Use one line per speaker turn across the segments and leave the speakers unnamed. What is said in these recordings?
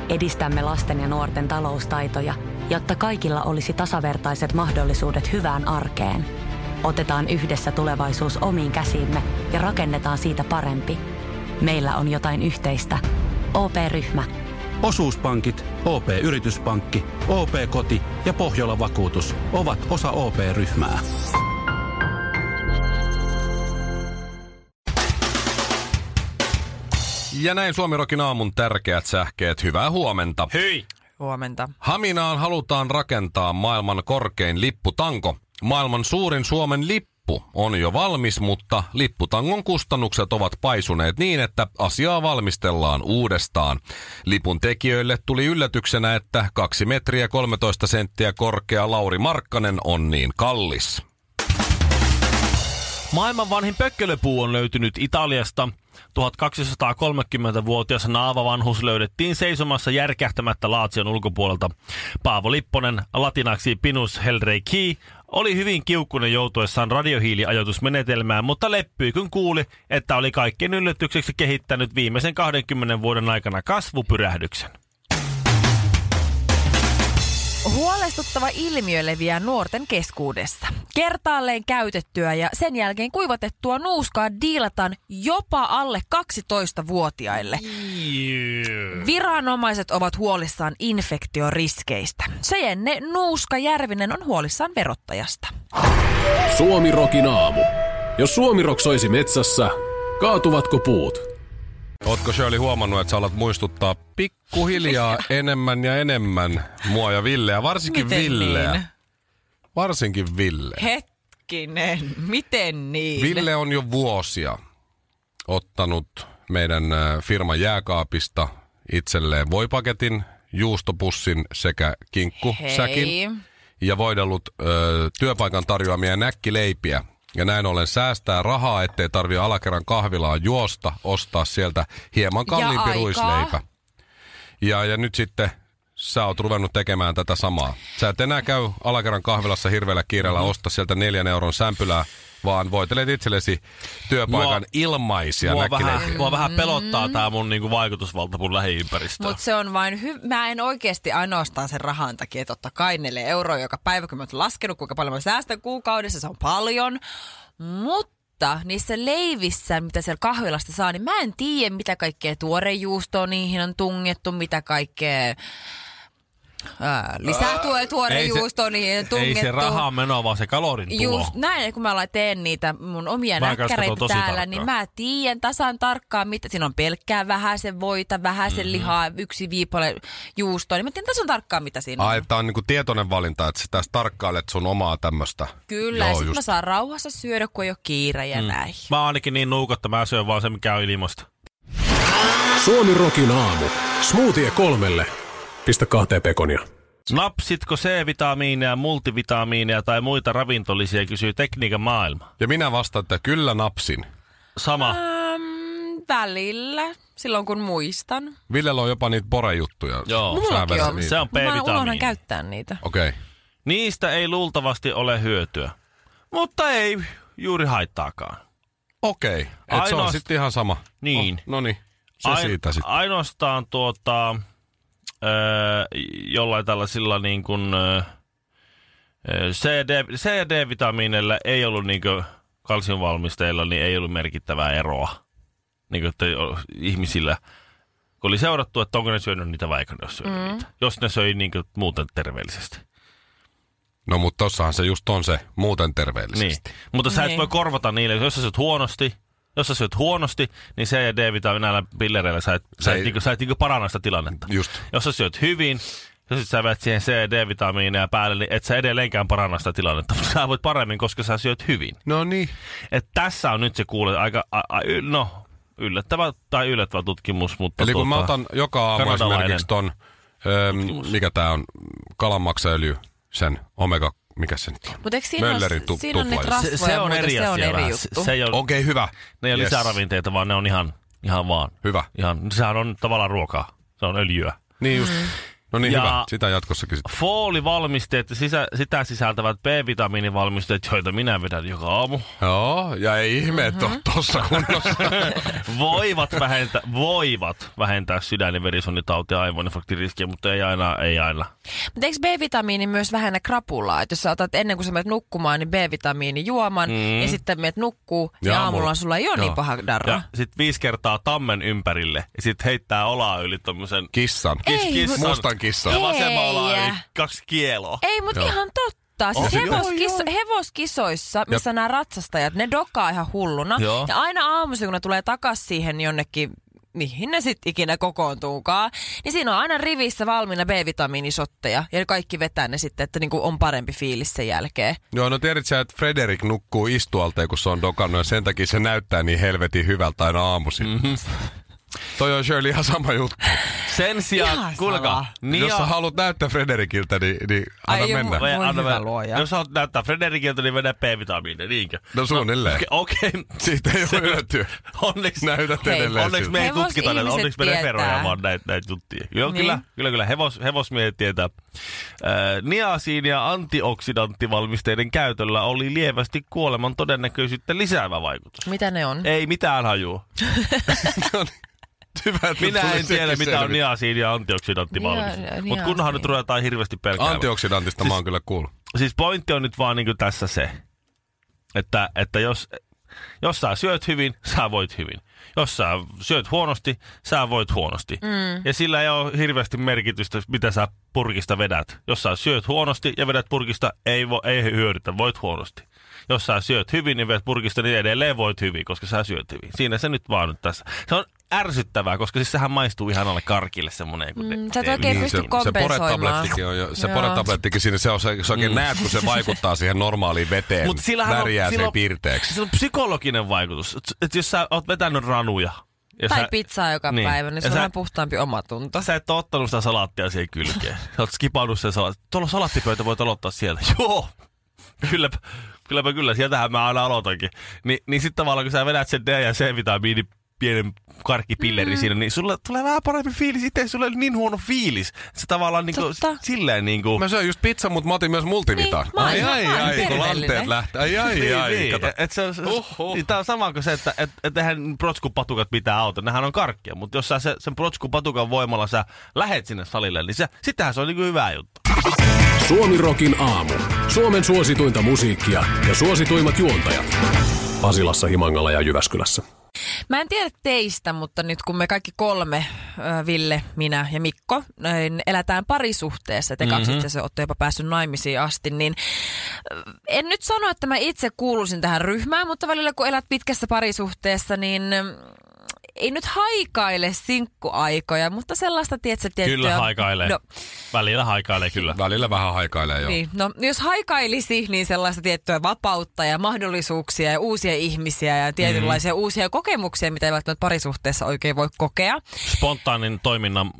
edistämme lasten ja nuorten taloustaitoja, jotta kaikilla olisi tasavertaiset mahdollisuudet hyvään arkeen. Otetaan yhdessä tulevaisuus omiin käsiimme ja rakennetaan siitä parempi. Meillä on jotain yhteistä. OP-ryhmä.
Osuuspankit, OP-yrityspankki, OP-koti ja Pohjola-vakuutus ovat osa OP-ryhmää.
Ja näin Suomi Rockin aamun tärkeät sähkeet. Hyvää huomenta.
Hyi!
Huomenta.
Haminaan halutaan rakentaa maailman korkein lipputanko. Maailman suurin Suomen lippu on jo valmis, mutta lipputangon kustannukset ovat paisuneet niin, että asiaa valmistellaan uudestaan. Lipun tekijöille tuli yllätyksenä, että 2 metriä 13 senttiä korkea Lauri Markkanen on niin kallis.
Maailman vanhin pökkelöpuu on löytynyt Italiasta. 1230-vuotias naavavanhus löydettiin seisomassa järkähtämättä Laation ulkopuolelta. Paavo Lipponen, latinaksi Pinus Helreiki, oli hyvin kiukkunen joutuessaan radiohiiliajoitusmenetelmään, mutta leppyi kun kuuli, että oli kaikkien yllätykseksi kehittänyt viimeisen 20 vuoden aikana kasvupyrähdyksen.
Huolestuttava ilmiö leviää nuorten keskuudessa. Kertaalleen käytettyä ja sen jälkeen kuivatettua nuuskaa diilataan jopa alle 12-vuotiaille. Viranomaiset ovat huolissaan infektioriskeistä. Seijenne Nuuska Järvinen on huolissaan verottajasta.
Suomi Rockin aamu. Jos Suomi Rock soisi metsässä, kaatuvatko puut?
Ootko Shirley huomannut, että sä alat muistuttaa pikkuhiljaa enemmän ja enemmän mua ja Villeä, varsinkin
miten
Villeä.
Niin?
Varsinkin Ville.
Hetkinen, miten niin?
Ville on jo vuosia ottanut meidän firman jääkaapista itselleen voipaketin, juustopussin sekä kinkkusäkin ja voidellut työpaikan tarjoamia näkkileipiä. Ja näin ollen säästää rahaa, ettei tarvitse alakerran kahvilaan juosta, ostaa sieltä hieman kalliimpi ruisleipä. Ja nyt sitten sä oot ruvennut tekemään tätä samaa. Sä et enää käy alakerran kahvilassa hirveällä kiireellä osta sieltä 4 euron sämpylää, vaan voitelet itsellesi työpaikan ilmaisia näkkileipiä.
Mua vähän pelottaa tää mun niinku vaikutusvalta mun lähiympäristöön.
Mutta se on vain mä en oikeasti ainoastaan sen rahan takia, että totta kai 4 euroa joka päivä, kun mä oon laskenut, kuinka paljon mä säästän kuukaudessa, se on paljon. Mutta niissä leivissä, mitä siellä kahvilasta saa, niin mä en tiedä, mitä kaikkea tuorejuustoa niihin on tungettu, mitä kaikkea lisää tuorejuustoa niihin on tungettu.
Ei se rahaa menoa, vaan se kalorin tulo.
Just näin, kun mä teen niitä mun omia näkkäreitä täällä, tarkkaan. Niin mä tiedän tasan tarkkaan, mitä siinä on pelkkää vähäsen voita, vähäsen lihaa, 1 viipale juustoa. Niin mä tiedän tasan tarkkaan, mitä siinä on.
Tää on niinku tietoinen valinta, että sä tässä tarkkailet sun omaa tämmöstä.
Kyllä, ja sit mä saan rauhassa syödä, kun ei ole kiire ja näin.
Mä oon ainakin niin nuukotta, mä syön vaan se, mikä on ilmasta.
Suomi Rockin aamu. Smoothie 3. Pistä 2 pekonia.
Napsitko C-vitamiineja, multivitamiineja tai muita ravintolisia, kysyy tekniikan maailma.
Ja minä vastaan, että kyllä napsin.
Sama.
Välillä, silloin kun muistan.
Villellä on jopa niitä porejuttuja.
Joo,
mullakin on.
Se on
B-vitamiini. Mä unohdan käyttää niitä.
Okei.
Niistä ei luultavasti ole hyötyä, mutta ei juuri haittaakaan.
Okei. Se on sitten ihan sama.
Niin.
Noniin, se siitä sitten.
Ainoastaan jollain tällaisilla niin kuin C- ja D-vitamiineilla ei ollut niin kuin kalsiumvalmisteilla, niin ei ollut merkittävää eroa. Niin kuin, että ihmisillä, kun oli seurattu, että onko ne syönyt niitä vai jos syönyt niitä. Jos ne söi niin kuin muuten terveellisesti.
No mutta tossahan se just on se muuten terveellisesti.
Niin. Mutta sä et voi korvata niille, jos sä syöt huonosti, niin C- ja D-vitamiineilla pillereillä sä et niinku paranna sitä tilannetta.
Just.
Jos sä syöt hyvin, jos sä väät siihen C- ja D-vitamiineja päälle, niin et sä edelleenkään paranna sitä tilannetta. Mutta sä voit paremmin, koska sä syöt hyvin.
No niin.
Et tässä on nyt se aika yllättävä tutkimus. Mutta
eli kun mä otan joka aamu esimerkiksi ton, mikä tää on, kalanmaksaöljy, sen omega, mikä se nyt on?
Mutta eikö siinä on niitä rasvoja,
se on eri asia.
Se on eri juttu.
Okei, hyvä.
Ne ei ole lisäravinteita, vaan ne on ihan vaan.
Hyvä.
Sehän on tavallaan ruokaa. Se on öljyä.
Niin just. No niin, hyvä. Sitä jatkossakin sitten.
Foolivalmisteet ja sitä sisältävät B-vitamiinivalmisteet, joita minä vedän joka aamu.
Joo, ja ei ihme, että tuossa kunnossa.
voivat vähentää sydän- ja verisuonitautia ja aivoinfarktiriskiä, mutta ei aina.
Mutta eikö B-vitamiini myös vähennä krapulaa? Että jos sä otat ennen kuin sä menet nukkumaan, niin B-vitamiini juoman ja sitten menet nukkuu ja aamulla sulla ei ole niin paha darra.
Ja sitten 5 kertaa tammen ympärille ja sitten heittää olaa yli tommosen
kissan. Mustan kissan.
Ja vasemmalla olaa yli 2 kiloa.
Ei, mutta ihan totta. Siis hevoskisoissa, missä nämä ratsastajat, ne dokaa ihan hulluna.
Joo.
Ja aina aamuisin, kun ne tulee takas siihen jonnekin, mihin ne sitten ikinä kokoontuukaan, niin siinä on aina rivissä valmiina B-vitamiinisotteja. Ja kaikki vetää ne sitten, että niinku on parempi fiilis sen jälkeen.
Joo, no tiedät sä, että Frederik nukkuu istualteen, kun se on dokannut, ja sen takia se näyttää niin helvetin hyvältä aina aamuisin. Mm-hmm. Toi on Shirley ihan sama juttu.
Sen sijaan, kuulkaa.
Jos sä haluat näyttää Frederikiltä, niin anna mennä.
Jos sä haluat näyttää Frederikiltä, niin vedä B-vitamiinia, niinkö?
No suunnilleen.
Okei.
Siitä ei ole hyötyä.
Onneksi
näytät edelleen.
Onneksi me ei tutkita näitä, onneksi me referoidaan vaan näitä juttuja. Joo, niin. Kyllä. Hevosmiehet tietää. Niasiini- ja antioksidanttivalmisteiden käytöllä oli lievästi kuoleman todennäköisyyttä lisäävä vaikutus.
Mitä ne on?
Ei mitään hajua. Minä en tiedä, mitä on niasiini- ja antioksidanttivalmiste. Mutta kunhan nyt ruvetaan hirveästi pelkäämään.
Antioksidantista mä oon kyllä kuullut.
Siis pointti on nyt vaan niinku tässä se, että jos sä syöt hyvin, sä voit hyvin. Jos sä syöt huonosti, sä voit huonosti. Ja sillä ei ole hirveästi merkitystä, mitä sä purkista vedät. Jos sä syöt huonosti ja vedät purkista, ei hyödytä, voit huonosti. Jos sä syöt hyvin, niin vedät purkista, niin edelleen voit hyvin, koska sä syöt hyvin. Siinä se nyt vaan nyt tässä. Se on ärsyttävää, koska siis sehän maistuu ihan alle karkille semmoinen.
Sä et oikein pysty kompensoimaan.
Se poretablettikin siinä, se oikein näet, kun se vaikuttaa siihen normaaliin veteen. Värjää sen piirteeksi.
Se on psykologinen vaikutus. Että jos sä oot vetänyt ranuja.
Tai pizzaa joka päivä, niin se on vähän puhtaampi omatunto.
Sä et ole ottanut sitä salaattia siihen kylkeen. Sä oot skipannut sen salaattia. Tuolla salaattipöytä voit aloittaa sieltä. Joo! Kyllä. Sieltähän mä aina aloitankin. Niin sitten tavallaan, kun sä vedät sen D- ja C-vitamiini pienen karkkipilleri siinä, niin sulle tulee vähän parempi fiilis. Itse ei sulle niin huono fiilis. Se tavallaan niinku, silleen niinku...
Mä söin just pizza, mutta mä otin myös multivitaan.
Niin,
kun lanteet lähtee. Ai.
Tää on sama kuin se, että eihän protskupatukat mitään auta. Nehän on karkkia, mutta jos sä sen protskupatukan voimalla sä lähet sinne salille, niin sittenhän se on niinku hyvä juttu.
Suomi-rokin aamu. Suomen suosituinta musiikkia ja suosituimmat juontajat. Pasilassa, Himangalla ja Jyväskylässä.
Mä en tiedä teistä, mutta nyt kun me kaikki 3, Ville, minä ja Mikko, elätään parisuhteessa, että ekaksi itse asiassa olette jopa päässyt naimisiin asti, niin en nyt sano, että mä itse kuuluisin tähän ryhmään, mutta välillä kun elät pitkässä parisuhteessa, niin ei nyt haikaile sinkkuaikoja, mutta sellaista, tiettyä...
Kyllä haikailee. No, välillä haikailee kyllä.
Välillä vähän haikailee, joo.
Niin, no jos haikailisi, niin sellaista tiettyä vapautta ja mahdollisuuksia ja uusia ihmisiä ja tietynlaisia uusia kokemuksia, mitä ei välttämättä parisuhteessa oikein voi kokea.
Spontaanin toiminnan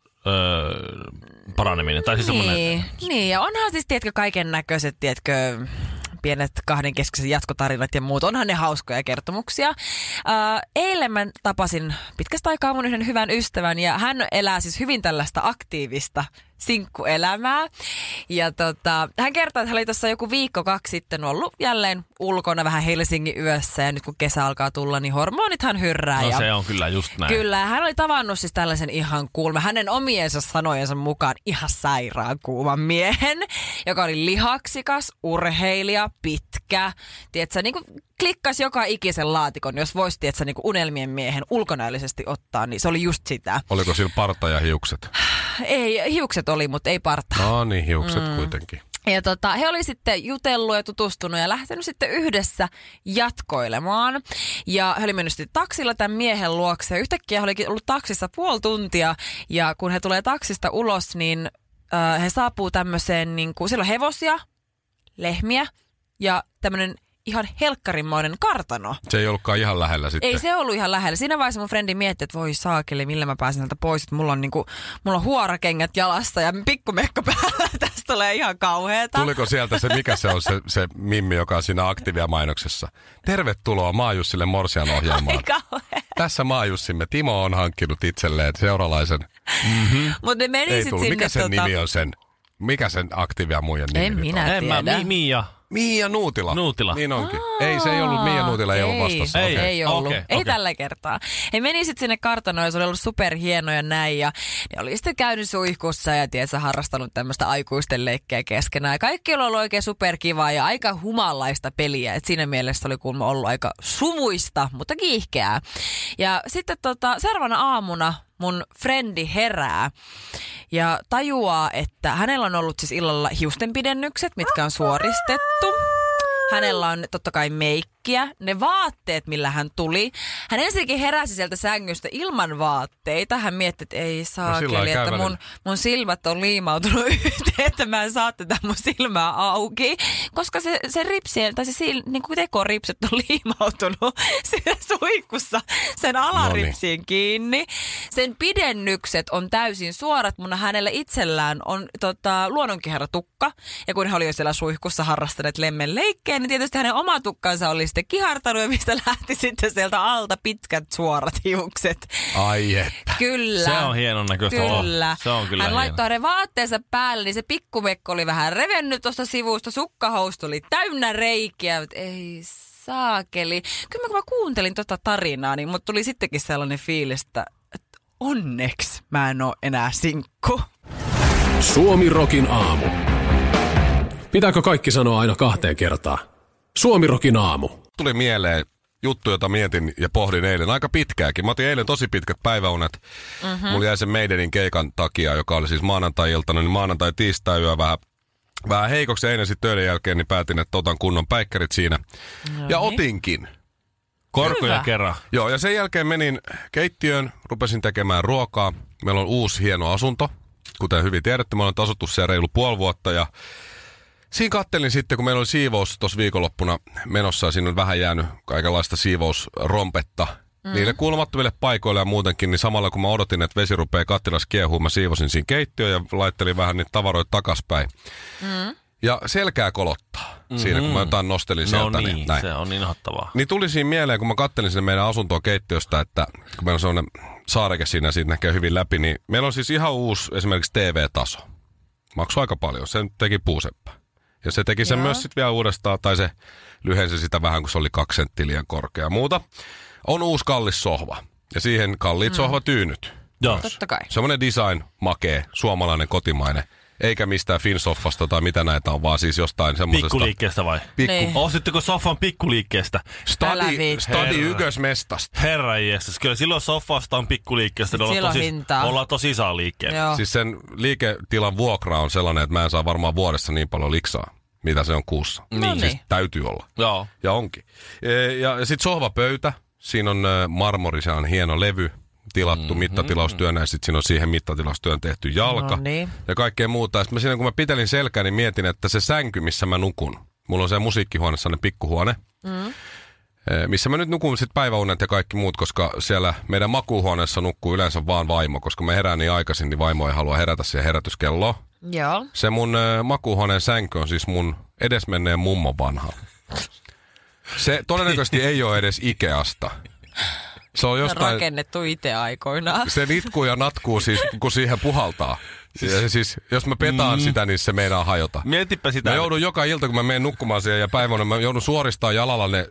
paraneminen. Tai siis
niin, ja onhan siis, tiedätkö, kaiken näköiset, tiedätkö... pienet kahdenkeskiset jatkotarinat ja muut. Onhan ne hauskoja kertomuksia. Eilen mä tapasin pitkästä aikaa mun yhden hyvän ystävän ja hän elää siis hyvin tällaista aktiivista sinkkuelämää. Ja hän kertoi, että hän oli tuossa joku 1-2 sitten ollut jälleen ulkona vähän Helsingin yössä ja nyt kun kesä alkaa tulla, niin hormonithan hyrrää.
No se on kyllä just näin.
Kyllä, hän oli tavannut siis tällaisen ihan kuulma, hänen omiensa sanojensa mukaan ihan sairaan kuuman miehen, joka oli lihaksikas, urheilija, pitkä. Tiedätkö, niin kuin klikkasi joka ikisen laatikon, jos voisi, tiedätkö, niin kuin unelmien miehen ulkonäöllisesti ottaa, niin se oli just sitä.
Oliko sillä parta ja hiukset?
Ei, hiukset oli, mutta ei parta.
No niin, hiukset kuitenkin.
Ja he oli sitten jutellut ja tutustunut ja lähtenyt sitten yhdessä jatkoilemaan. Ja he oli mennyt sitten taksilla tämän miehen luokse. Ja yhtäkkiä he olikin ollut taksissa 0,5 tuntia. Ja kun he tulee taksista ulos, niin he saapuu tämmöiseen, niin kuin, siellä on hevosia, lehmiä ja tämmöinen ihan helkkarimmoinen kartano.
Se ei ollutkaan ihan lähellä sitten.
Ei se ollut ihan lähellä. Siinä vaiheessa mun frendi mietti, että voi saakeli, millä mä pääsen sieltä pois. Että mulla on huorakengät jalassa ja pikkumekko päällä. Tästä tulee ihan kauheeta.
Tuliko sieltä se, mikä se on se mimmi, joka on siinä Aktivia-mainoksessa? Tervetuloa Maajussille Morsian ohjelmaan.
Ai kauheeta.
Tässä maajussimme. Timo on hankkinut itselleen seuralaisen.
Mutta ne meni
Ei
sit
tullut.
sinne
Mikä sen nimi on sen? Mikä sen Aktiivia muijan nimi
En
nyt
minä
on?
tiedä.
Mia.
Mia Nuutila.
Nuutila.
Niin onkin. Ei, se ei ollut Mia Nuutila, ei ollut vastassa.
Ei.
Okei.
Ei ollut.
Okei.
Ei tällä kertaa. He meni sitten sinne kartanoon ja se oli ollut superhienoja näin. Ja ne oli sitten käynyt suihkussa ja tiedätkö, harrastanut tämmöistä aikuisten leikkejä keskenään. Ja kaikki oli ollut oikein superkivaa ja aika humanlaista peliä. Et siinä mielessä oli kuulemma ollut aika sumuista, mutta kiihkeää. Ja sitten seuraavana aamuna mun frendi herää ja tajuaa, että hänellä on ollut siis illalla hiustenpidennykset, mitkä on suoristettu. Hänellä on totta kai meikkiä, ne vaatteet, millä hän tuli. Hän ensinnäkin heräsi sieltä sängystä ilman vaatteita. Hän mietti, että ei saakeli, että mun silmät on liimautunut yhteen, että mä en saa tätä mun silmää auki. Koska se ripsien, tai se niin kuin tekoripset on liimautunut siinä suihkussa sen alaripsiin kiinni. Sen pidennykset on täysin suorat, mutta hänellä itsellään on luonnonkiharatukka. Ja kun hän oli jo siellä suihkussa harrastaneet lemmen leikkeen, niin tietysti hänen oma tukkansa oli sitten kihartanut ja mistä lähti sitten sieltä alta pitkät suorat hiukset.
Ai että.
Kyllä.
Se on hienon näköistä.
Kyllä.
Se on kyllä
hän
hieno.
laittoi hänen vaatteensa päälle, niin se pikkumekko oli vähän revennyt tuosta sivusta. Sukkahoustu oli täynnä reikiä, mutta ei saakeli. Kyllä kun mä kuuntelin tota tarinaa, niin mut tuli sittenkin sellainen fiilis, että onneksi mä en oo enää sinkku.
Suomi Rokin aamu. Pitääkö kaikki sanoa aina 2 kertaa? Suomi Rokin aamu.
Tuli mieleen juttu, jota mietin ja pohdin eilen aika pitkääkin. Mä otin eilen tosi pitkät päiväunet. Mulla jäi sen Maidenin keikan takia, joka oli siis maanantai-iltana, niin maanantai-tiistai-yö vähän heikoksi. Eilen sitten töiden jälkeen niin päätin, että otan kunnon päikkärit siinä.
No
ja
niin.
otinkin.
Korkoja
Hyvä.
kerran.
Joo, ja sen jälkeen menin keittiöön, rupesin tekemään ruokaa. Meillä on uusi hieno asunto. Kuten hyvin tiedätte, mä olen asuttu siellä reilu 5 vuotta ja siinä kattelin sitten, kun meillä oli siivous tuossa viikonloppuna menossa ja siinä on vähän jäänyt kaikenlaista siivousrompetta niille kuulumattomille paikoille ja muutenkin, niin samalla kun mä odotin, että vesi rupeaa kattilassa kiehumaan, mä siivosin siinä keittiöön ja laittelin vähän niitä tavaroita takaspäin. Ja selkää kolottaa siinä, kun mä jotain nostelin sieltä.
No niin,
näin.
se on inhottavaa.
Niin tuli siinä mieleen, kun mä kattelin sinne meidän asuntoa keittiöstä, että kun meillä on sellainen saareke siinä ja siitä näkee hyvin läpi, niin meillä on siis ihan uusi esimerkiksi TV-taso. Maksoi aika paljon, sen teki puuseppä. Ja se teki sen myös sitten vielä uudestaan, tai se lyhensi sitä vähän, kun se oli 2 senttiä liian korkea. Muuta on uusi kallis sohva. Ja siihen kalliit sohvatyynyt.
Joo.
Totta kai.
Semmoinen design, makee, suomalainen, kotimainen. Eikä mistään Finsoffasta tai mitä näitä on, vaan siis jostain semmoisesta.
Pikkuliikkeestä vai?
Niin.
Ostitteko soffan pikkuliikkeestä?
Älä viitti.
Stadi ykkösmestasta.
Herra jestas, kyllä silloin soffasta on pikkuliikkeestä.
Silloin hintaa.
Ollaan tosi isoa liikkeellä.
Joo.
Siis sen liiketilan vuokra on sellainen, että mä en saa varmaan vuodessa niin paljon liksaa, mitä se on kuussa.
No
Siis
niin.
täytyy olla.
Joo.
Ja onkin. Ja sitten sohvapöytä. Siinä on marmori, se on hieno levy. Tilattu mittatilaustyönä ja sitten siinä on siihen mittatilaustyön tehty jalka.
No niin.
Mm-hmm.
Ja kaikkea muuta. Ja sitten siinä kun mä pitelin selkää, niin mietin, että se sänky, missä mä nukun. Mulla on se musiikkihuone, sellainen pikkuhuone. Missä mä nyt nukun sitten päiväunet ja kaikki muut, koska siellä meidän makuuhuoneessa nukkuu yleensä vaan vaimo. Koska mä herään niin aikaisin, niin vaimo ei halua herätä siihen herätyskelloon.
Joo.
Se mun makuuhuoneen sänky on siis mun edesmenneen mummon vanha. Se todennäköisesti ei ole edes Ikeasta. Se on jostain...
Rakennettu itse aikoinaan.
Se nitkuu ja natkuu siis, kun siihen puhaltaa. Ja siis, jos mä petaan sitä, niin se meinaa hajota.
Mietipä sitä.
Mä joudun joka ilta, kun mä menen nukkumaan siihen ja päivänä, mä joudun suoristamaan jalalla ne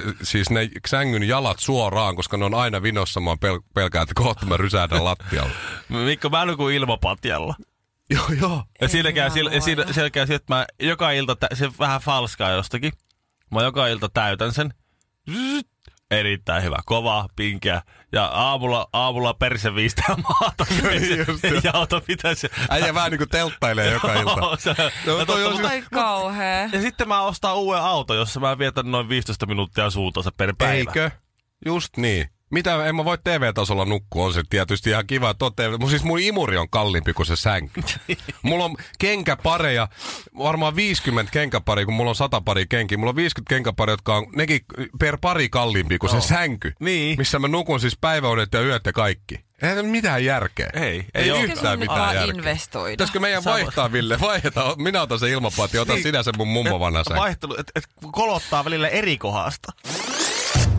sängyn jalat suoraan, koska ne on aina vinossa. Mä pelkään, että kohta mä rysähdän lattialla.
Mikko, mä nukun ilmapatjalla.
Joo.
Ja siinä käy, että mä joka ilta, se vähän falskaa jostakin. Mä joka ilta täytän sen. Erittäin hyvä. Kova, pinkeä. Ja aamulla perse viistää maata. Ja auto pitäisi...
Äijä vähän niin kuin telttailee joka ilta.
Ai kauhea.
Ja sitten mä ostan uuden auton, jossa mä vietän noin 15 minuuttia suutansa per päivä.
Eikö? Just niin. Mitä, en mä voi TV-tasolla nukkua, on se tietysti ihan kiva, että siis mun imuri on kalliimpi kuin se sänky. Mulla on kenkäpareja, varmaan 50 kenkäparia, kun mulla on 100 pari kenkiä. Mulla on 50 kenkäparia, jotka on nekin per pari kalliimpi kuin se sänky.
Niin.
Missä mä nukun siis päiväunet ja yöt ja kaikki. Eihän mitään järkeä.
Ei ole.
Yhtään mitään järkeä.
Investoida.
Pitäisikö meidän vaihtaa, Ville? Vaihdetaan. Minä otan sen ilmapaatin ja otan sinä sen mun mummo vanha sänky.
Vaihtelu, että kolottaa välillä eri kohdasta.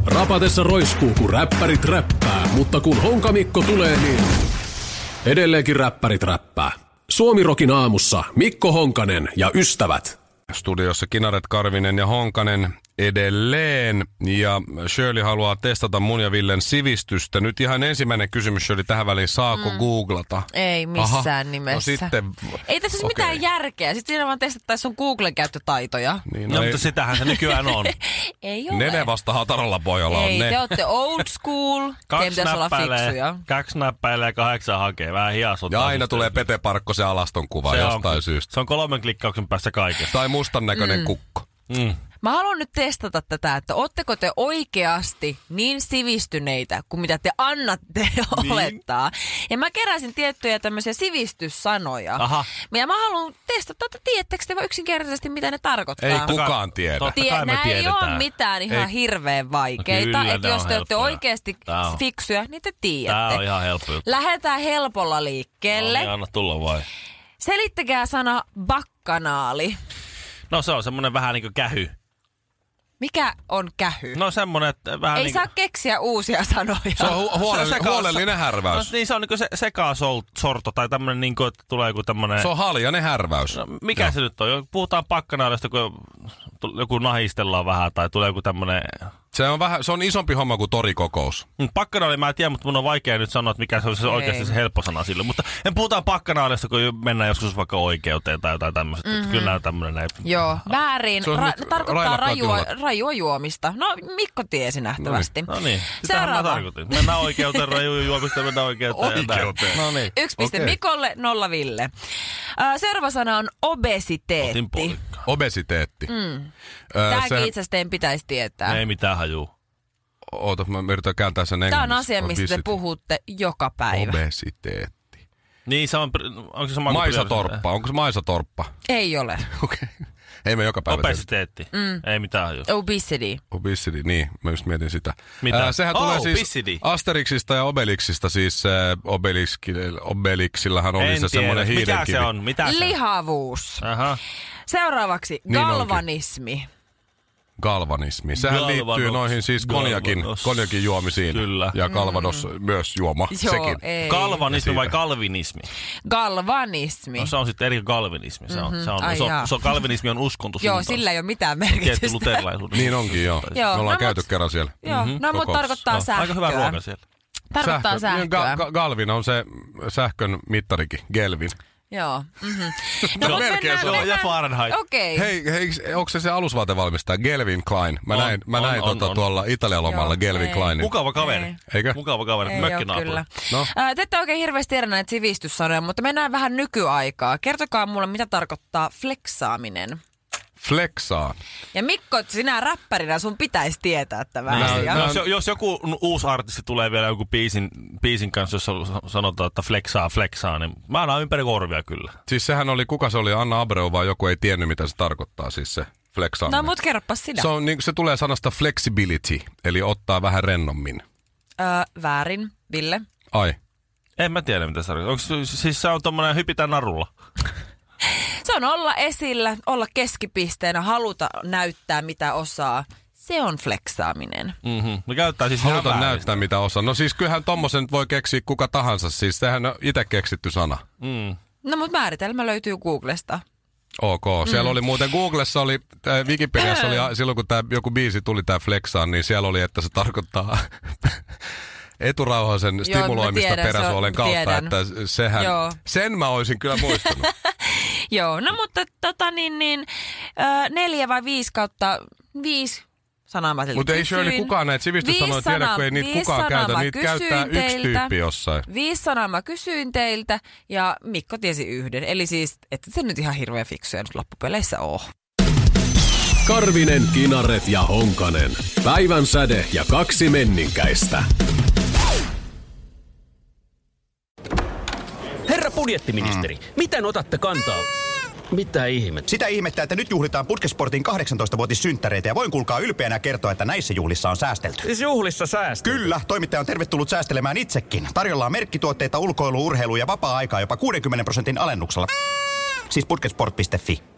Rapatessa roiskuu, kun räppärit räppää, mutta kun Honkamikko tulee, niin edelleenkin räppärit räppää. Suomi-rokin aamussa Mikko Honkanen ja ystävät.
Studiossa Kinaret, Karvinen ja Honkanen edelleen. Ja Shirley haluaa testata mun ja Villen sivistystä. Nyt ihan ensimmäinen kysymys, Shirley, tähän väliin. Saako googlata?
Ei missään nimessä.
No sitten,
ei tässä ole mitään järkeä. Sitten siinä vaan testattaisiin sun Googlen käyttötaitoja.
Niin,
No, mutta sitähän se nykyään on.
Ei ole.
Nene vasta hataralla pojalla on
Ei,
ne.
te olette old school. Teidän pitäisi olla fiksuja.
2 näppäilee, 8 hakee. Vähän hiasottaa.
Ja aina tulee Pete Parkkosen alaston kuva jostain syystä.
Se on 3 klikkauksen päässä kaikesta.
Tai mustan näköinen kukko.
Mä haluan nyt testata tätä, että ootteko te oikeasti niin sivistyneitä kuin mitä te annatte olettaa. Ja mä keräsin tiettyjä tämmöisiä sivistyssanoja.
Aha.
Ja mä haluan testata, että tiedättekö te yksinkertaisesti mitä ne tarkoittaa.
Ei kukaan tiedä.
Totta kai me
Nää ei
tiedetään.
ole mitään ihan hirveän vaikeita.
No
että jos te olette oikeasti fiksuja, niin te tiedätte.
Tää on ihan helppo juttu.
Lähdetään helpolla liikkeelle.
No niin, anna tulla vai.
Selittäkää sana bakkanaali.
No se on semmonen vähän niinku kähy.
Mikä on kähy?
No semmonen, että vähän
Ei
niinku...
saa keksiä uusia sanoja.
Se on huolellinen härväys.
No, niin se on niinku sekasorto tai tämmönen niinku, että tulee joku tämmönen...
Se on haljainen härväys.
No, mikä se nyt on? Puhutaan pakkanaalista, kun joku nahistellaan vähän tai tulee joku tämmönen...
Se on isompi homma kuin torikokous.
Pakkanaali mä en tiedä, mutta mun on vaikea nyt sanoa, että mikä se on oikeasti se helppo sana sille. Mutta en puhutaan pakkanaalista, kun mennään joskus vaikka oikeuteen tai jotain tämmöistä. Mm-hmm. Kyllä näin tämmönen näin.
Joo, väärin. Tarkoittaa rajua juomista. No, Mikko tiesi nähtävästi.
No niin, sitähän mä tarkoitin. Mennään oikeuteen, rajua juomista, mennään oikeuteen.
Oikeuteen.
No niin.
1 piste Mikolle, 0 Ville. Seuraava sana on obesiteetti.
Obesiteetti.
Tämäkin itse asiassa teidän pitäisi tietää.
Ei mitään hajuu.
Oota, mä yritän kääntää sen englanniksi.
Tämä on asia, mistä te puhutte joka päivä.
Obesiteetti.
Niin, se on... Onko se
Maisatorppa. Onko se Maisatorppa?
Ei ole.
Okei. Ei me joka päivä.
Obesiteetti. Ei mitään hajuu.
Obesity,
niin. Mä just mietin sitä.
Mitä?
Sehän tulee siis
obesity.
Asterixista ja Obelixista. Siis Obelixillahan oli se semmoinen hiidenkivi.
Mikä se on? Mitä se?
Lihavuus.
Aha.
Seuraavaksi
Niin
galvanismi.
Galvanismi. Sehän liittyy noihin siis konjakin juomisiin.
Kyllä.
Ja Calvados myös juoma.
Joo,
sekin.
ei.
Galvanismi vai kalvinismi?
Galvanismi.
No se on sitten eri kalvinismi. Se on kalvinismi on uskonto.
Joo, sillä ei ole mitään merkitystä.
Tietty luterilaisuuden.
Niin onkin, joo. Me ollaan käyty kerran siellä.
Joo, no mutta tarkoittaa sähköä.
Aika hyvä ruoka siellä.
Tarkoittaa sähköä.
Galvin on se sähkön mittarikin, Kelvin.
Joo.
No, melkein se on.
Ja Fahrenheit.
Okei.
Hei, onko se alusvaatevalmistaja Gelvin Klein? Mä näin tuolla Italian lomalla Gelvin Kleinin.
Mukava kaveri.
Eikö?
Mukava kaveri, mökkinaapuri.
No.
Te ette oikein hirveästi tiedä näitä sivistyssanoja, mutta mennään vähän nykyaikaa. Kertokaa mulle, mitä tarkoittaa fleksaaminen.
Flexaa.
Ja Mikko, sinä räppärinä sun pitäisi tietää tämä asia.
Jos joku uusi artisti tulee vielä joku biisin kanssa, jossa sanotaan, että flexaa, niin mä annan ympäri korvia kyllä.
Siis sehän oli, kuka se oli, Anna Abreu, vai joku ei tiennyt, mitä se tarkoittaa, siis se flexaaminen.
No mut kerropas sinä.
Se tulee sanasta flexibility, eli ottaa vähän rennommin.
Väärin, Ville.
Ai.
En mä tiedä, mitä se tarkoittaa. Siis se on tommonen hypitään narulla.
Se on olla esillä, olla keskipisteenä, haluta näyttää mitä osaa. Se on fleksaaminen.
Me käyttää siis
haluta näyttää mitä osaa. No siis kyllähän tommosen voi keksiä kuka tahansa. Siis sehän on itse keksitty sana.
No mut määritelmä löytyy Googlesta.
Ok. Siellä oli muuten Googlessa oli, Wikipediassa oli silloin kun joku biisi tuli tää flexaan, niin siellä oli, että se tarkoittaa eturauhasen stimuloimista peräsuolen kautta. Että sehän, sen mä oisin kyllä muistanut.
Joo, no mutta 4 vai 5 kautta 5 sanaa mä
Mutta ei Shirley kukaan näitä sivistyssanoja tiedä, kun ei niitä kukaan käytä. Niitä käyttää yksi tyyppi jossain.
5 sanaa mä kysyin teiltä ja Mikko tiesi 1. Eli siis, että se nyt ihan hirveän fiksuja nyt loppupeleissä oo.
Karvinen, Kinaret ja Honkanen. Päivän säde ja 2 menninkäistä.
Herra budjettiministeri, miten otatte kantaa? Mitä ihmettä?
Sitä ihmettä, että nyt juhlitaan Putkesportin 18-vuotissynttäreitä ja voin kuulkaa ylpeänä kertoa, että näissä juhlissa on säästelty.
Siis juhlissa säästelty?
Kyllä, toimittaja on tervetullut säästelemään itsekin. Tarjolla on merkkituotteita, ulkoilu, urheilu ja vapaa-aikaa jopa 60% alennuksella. Siis putkesport.fi.